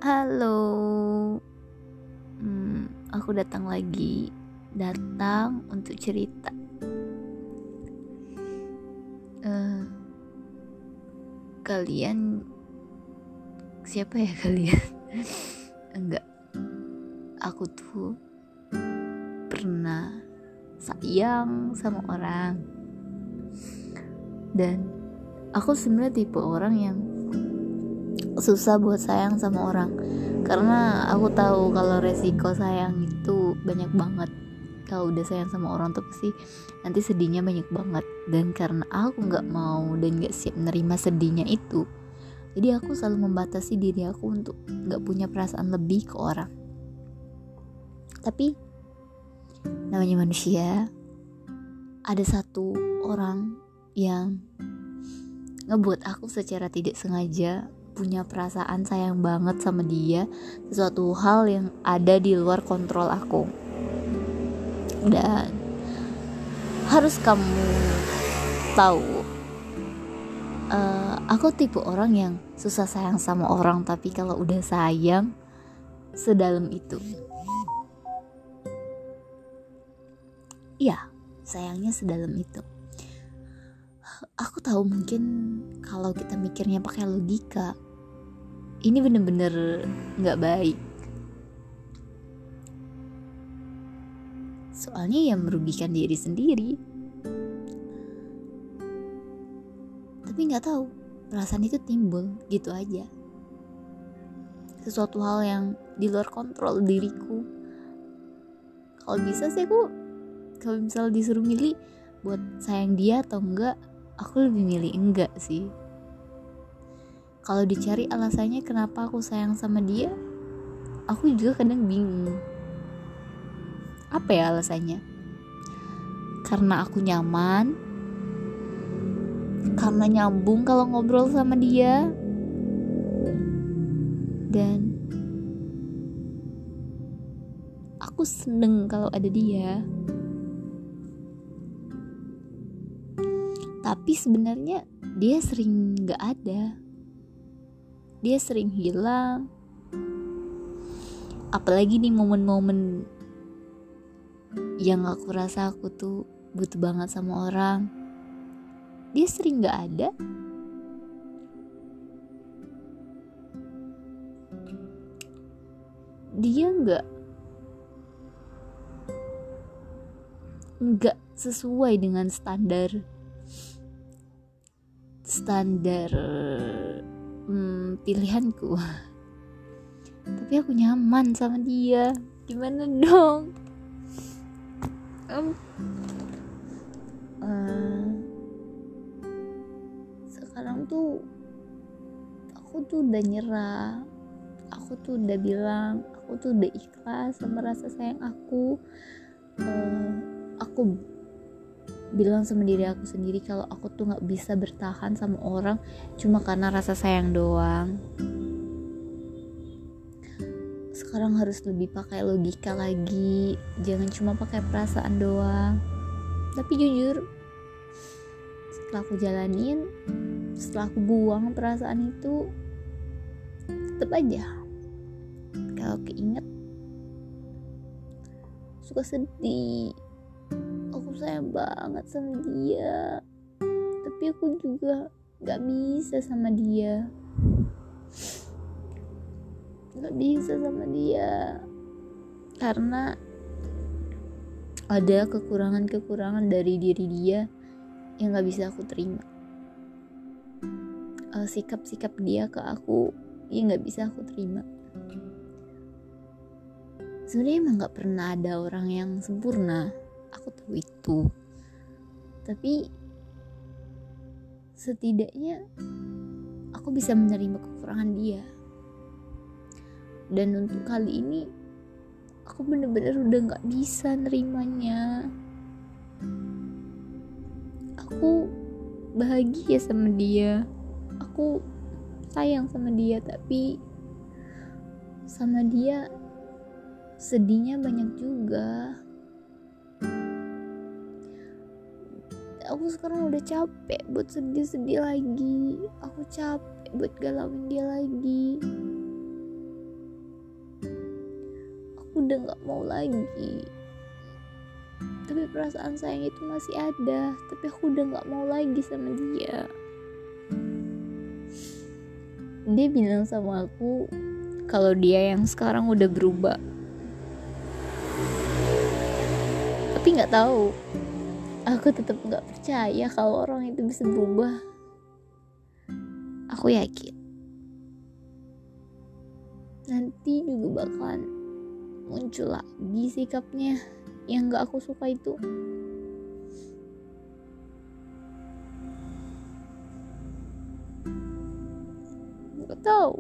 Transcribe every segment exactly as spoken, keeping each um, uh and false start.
Halo, hmm, aku datang lagi, datang untuk cerita. Uh, kalian, siapa ya kalian? Enggak, aku tuh pernah sayang sama orang, dan aku sebenarnya tipe orang yang susah buat sayang sama orang, karena aku tahu kalau resiko sayang itu banyak banget. Kalau udah sayang sama orang tuh pasti nanti sedihnya banyak banget, dan karena aku nggak mau dan nggak siap menerima sedihnya itu, jadi aku selalu membatasi diri aku untuk nggak punya perasaan lebih ke orang. Tapi namanya manusia, ada satu orang yang ngebuat aku secara tidak sengaja punya perasaan sayang banget sama dia, sesuatu hal yang ada di luar kontrol aku. Dan harus kamu tahu, uh, aku tipe orang yang susah sayang sama orang, tapi kalau udah sayang sedalam itu. Iya, sayangnya sedalam itu. Aku tahu mungkin kalau kita mikirnya pakai logika, ini bener-bener gak baik. Soalnya ya merugikan diri sendiri. Tapi gak tahu, perasaan itu timbul gitu aja. Sesuatu hal yang di luar kontrol diriku. Kalau bisa sih aku, kalau misal disuruh milih buat sayang dia atau enggak, aku lebih milih enggak sih. Kalau dicari alasannya kenapa aku sayang sama dia, aku juga kadang bingung. Apa ya alasannya? Karena aku nyaman, karena nyambung kalau ngobrol sama dia, dan aku seneng kalau ada dia. Tapi sebenarnya dia sering gak ada, dia sering hilang. Apalagi di momen-momen yang aku rasa aku tuh butuh banget sama orang, dia sering gak ada. Dia gak gak sesuai dengan standar standar hmm, pilihanku. Tapi aku nyaman sama dia. Gimana dong? Um, uh, sekarang tuh aku tuh udah nyerah. Aku tuh udah bilang, aku tuh udah ikhlas sama rasa sayang aku. Uh, aku bilang sama diri aku sendiri kalau aku tuh gak bisa bertahan sama orang cuma karena rasa sayang doang. Sekarang harus lebih pakai logika lagi, jangan cuma pakai perasaan doang. Tapi jujur, setelah aku jalanin, setelah aku buang perasaan itu, tetap aja kalau keinget suka sedih. Aku sayang banget sama dia, tapi aku juga gak bisa sama dia. Gak bisa sama dia karena ada kekurangan-kekurangan dari diri dia yang gak bisa aku terima. uh, Sikap-sikap dia ke aku yang gak bisa aku terima. Sebenarnya emang gak pernah ada orang yang sempurna, aku tahu itu. Tapi setidaknya aku bisa menerima kekurangan dia. Dan untuk kali ini aku bener-bener udah gak bisa nerimanya. Aku bahagia sama dia, aku sayang sama dia, tapi sama dia sedihnya banyak juga. Aku sekarang udah capek buat sedih-sedih lagi. Aku capek buat galauin dia lagi. udah gak mau lagi. Tapi perasaan sayang itu masih ada, tapi aku udah gak mau lagi sama dia. Dia bilang sama aku kalau dia yang sekarang udah berubah. Tapi gak tahu, aku tetap gak percaya kalau orang itu bisa berubah. Aku yakin nanti juga bakalan muncul lagi sikapnya yang gak aku suka itu. Gak tahu,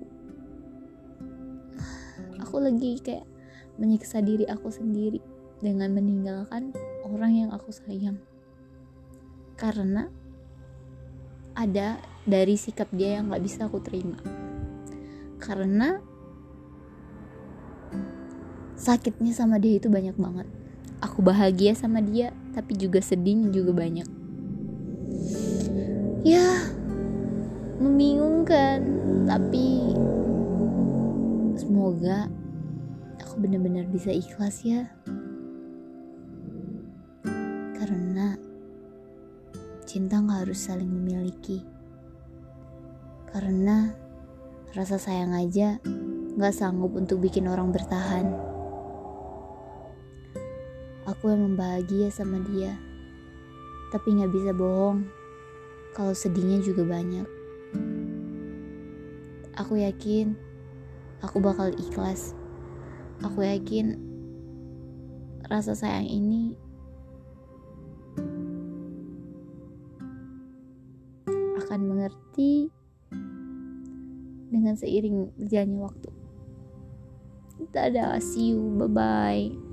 aku lagi kayak menyiksa diri aku sendiri dengan meninggalkan orang yang aku sayang, karena ada dari sikap dia yang gak bisa aku terima. Karena sakitnya sama dia itu banyak banget. Aku bahagia sama dia, tapi juga sedihnya juga banyak. Ya, membingungkan. Tapi semoga aku benar-benar bisa ikhlas ya. Karena cinta gak harus saling memiliki. Karena rasa sayang aja gak sanggup untuk bikin orang bertahan. Aku emang bahagia sama dia, tapi gak bisa bohong kalau sedihnya juga banyak. Aku yakin aku bakal ikhlas. Aku yakin rasa sayang ini akan mengerti dengan seiring berjalannya waktu. Dadah, see you, bye-bye.